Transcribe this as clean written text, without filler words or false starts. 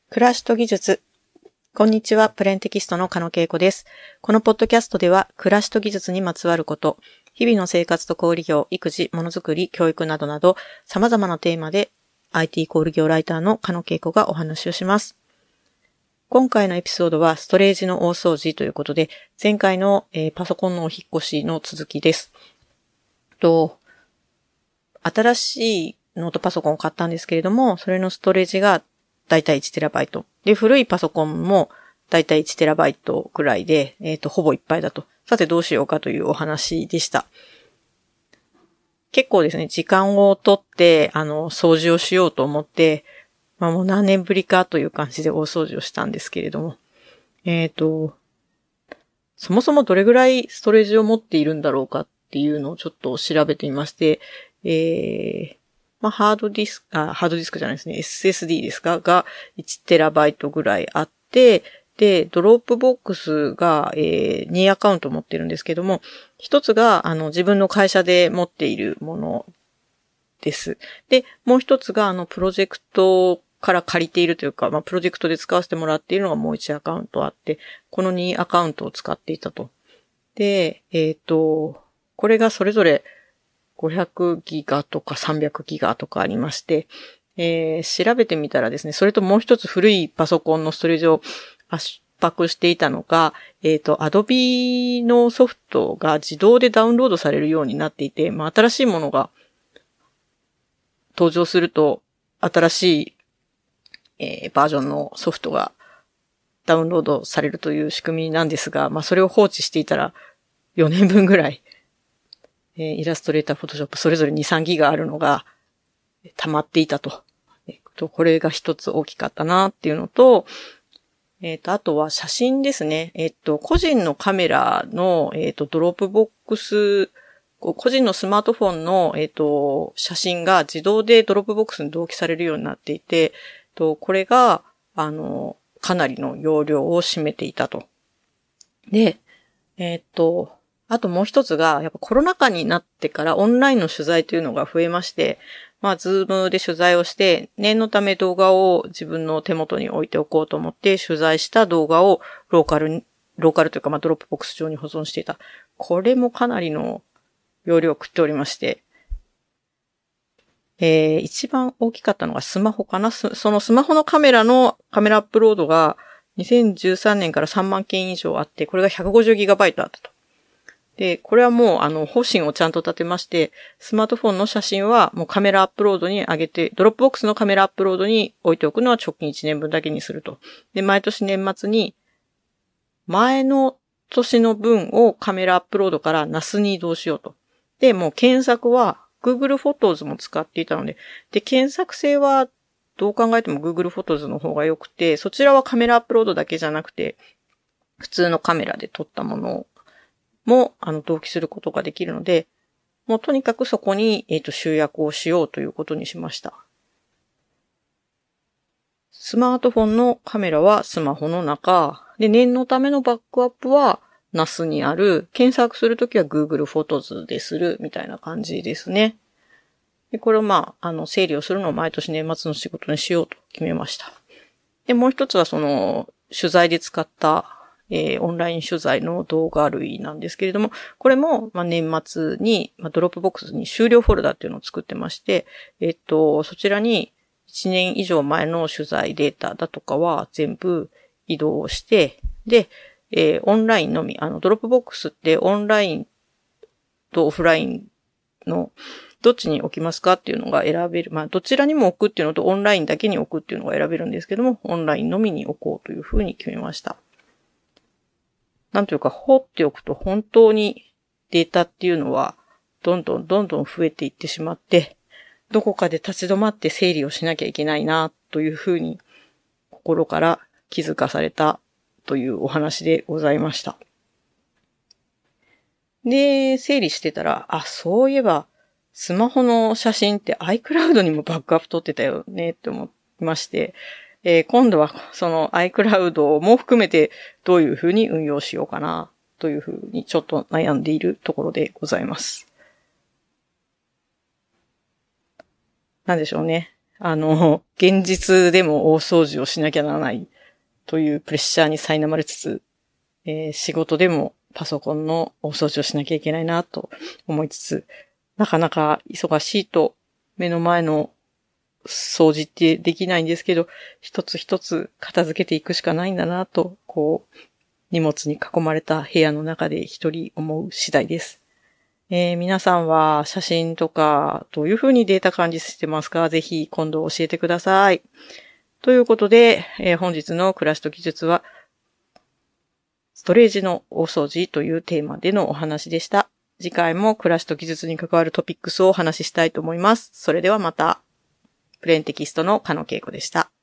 暮らしと技術。こんにちは、プレーンテキストの加野恵子です。このポッドキャストでは、暮らしと技術にまつわること、日々の生活と小売業、育児、ものづくり、教育などなど、様々なテーマで IT 小売業ライターの加野恵子がお話をします。今回のエピソードは、ストレージの大掃除ということで、前回の、パソコンのお引っ越しの続きです。新しいノートパソコンを買ったんですけれども、それのストレージがだいたい 1TB。で、古いパソコンもだいたい 1TB くらいで、ほぼいっぱいだと。さてどうしようかというお話でした。結構ですね、時間をとって、掃除をしようと思って、もう何年ぶりかという感じで大掃除をしたんですけれども。そもそもどれぐらいストレージを持っているんだろうかっていうのをちょっと調べてみまして、ハードディスクじゃないですね。SSD ですかが 1TB ぐらいあって、で、ドロップボックスが、2アカウント持ってるんですけども、一つが、自分の会社で持っているものです。で、もう一つが、プロジェクトから借りているというか、プロジェクトで使わせてもらっているのがもう1アカウントあって、この2アカウントを使っていたと。で、これがそれぞれ、500ギガとか300ギガとかありまして、調べてみたらですね、それともう一つ古いパソコンのストレージを圧迫していたのが、Adobe のソフトが自動でダウンロードされるようになっていて、新しいものが登場すると、新しい、バージョンのソフトがダウンロードされるという仕組みなんですが、それを放置していたら4年分ぐらい、イラストレーター、フォトショップ、それぞれ2、3ギガあるのが溜まっていたと。これが一つ大きかったなっていうのと、あとは写真ですね。個人のカメラの、ドロップボックス、個人のスマートフォンの、写真が自動でドロップボックスに同期されるようになっていて、これが、かなりの容量を占めていたと。で、あともう一つが、やっぱコロナ禍になってからオンラインの取材というのが増えまして、ズームで取材をして、念のため動画を自分の手元に置いておこうと思って取材した動画をローカルというか、ドロップボックス上に保存していた。これもかなりの容量を食っておりまして、一番大きかったのがスマホかな。そのスマホのカメラのカメラアップロードが2013年から3万件以上あって、これが 150GB あったと。で、これはもう、方針をちゃんと立てまして、スマートフォンの写真はもうカメラアップロードに上げて、ドロップボックスのカメラアップロードに置いておくのは直近1年分だけにすると。で、毎年年末に、前の年の分をカメラアップロードから NAS に移動しようと。で、もう検索は Google Photos も使っていたので、で、検索性はどう考えても Google Photos の方が良くて、そちらはカメラアップロードだけじゃなくて、普通のカメラで撮ったものも、同期することができるので、もうとにかくそこに、集約をしようということにしました。スマートフォンのカメラはスマホの中、で、念のためのバックアップは NAS にある、検索するときは Google Photos でする、みたいな感じですね。で、これを整理をするのを毎年年末の仕事にしようと決めました。で、もう一つは取材で使ったオンライン取材の動画類なんですけれども、これも、年末に、ドロップボックスに終了フォルダっていうのを作ってまして、そちらに1年以上前の取材データだとかは全部移動して、で、オンラインのみ、ドロップボックスってオンラインとオフラインのどっちに置きますかっていうのが選べる。どちらにも置くっていうのとオンラインだけに置くっていうのが選べるんですけども、オンラインのみに置こうというふうに決めました。なんというか、放っておくと本当にデータっていうのはどんどん増えていってしまって、どこかで立ち止まって整理をしなきゃいけないなというふうに心から気づかされたというお話でございました。で、整理してたら、そういえばスマホの写真って iCloud にもバックアップ取ってたよねって思いまして、今度はその iCloud も含めてどういうふうに運用しようかなというふうにちょっと悩んでいるところでございます。なんでしょうね。 現実でも大掃除をしなきゃならないというプレッシャーに苛まれつつ、仕事でもパソコンの大掃除をしなきゃいけないなと思いつつ、なかなか忙しいと目の前の掃除ってできないんですけど、一つ一つ片付けていくしかないんだなと、荷物に囲まれた部屋の中で一人思う次第です。皆さんは写真とかどういうふうにデータ管理してますか？ぜひ今度教えてください。ということで、本日の暮らしと技術はストレージの大掃除というテーマでのお話でした。次回も暮らしと技術に関わるトピックスをお話ししたいと思います。それではまた。プレーンテキストの加野恵子でした。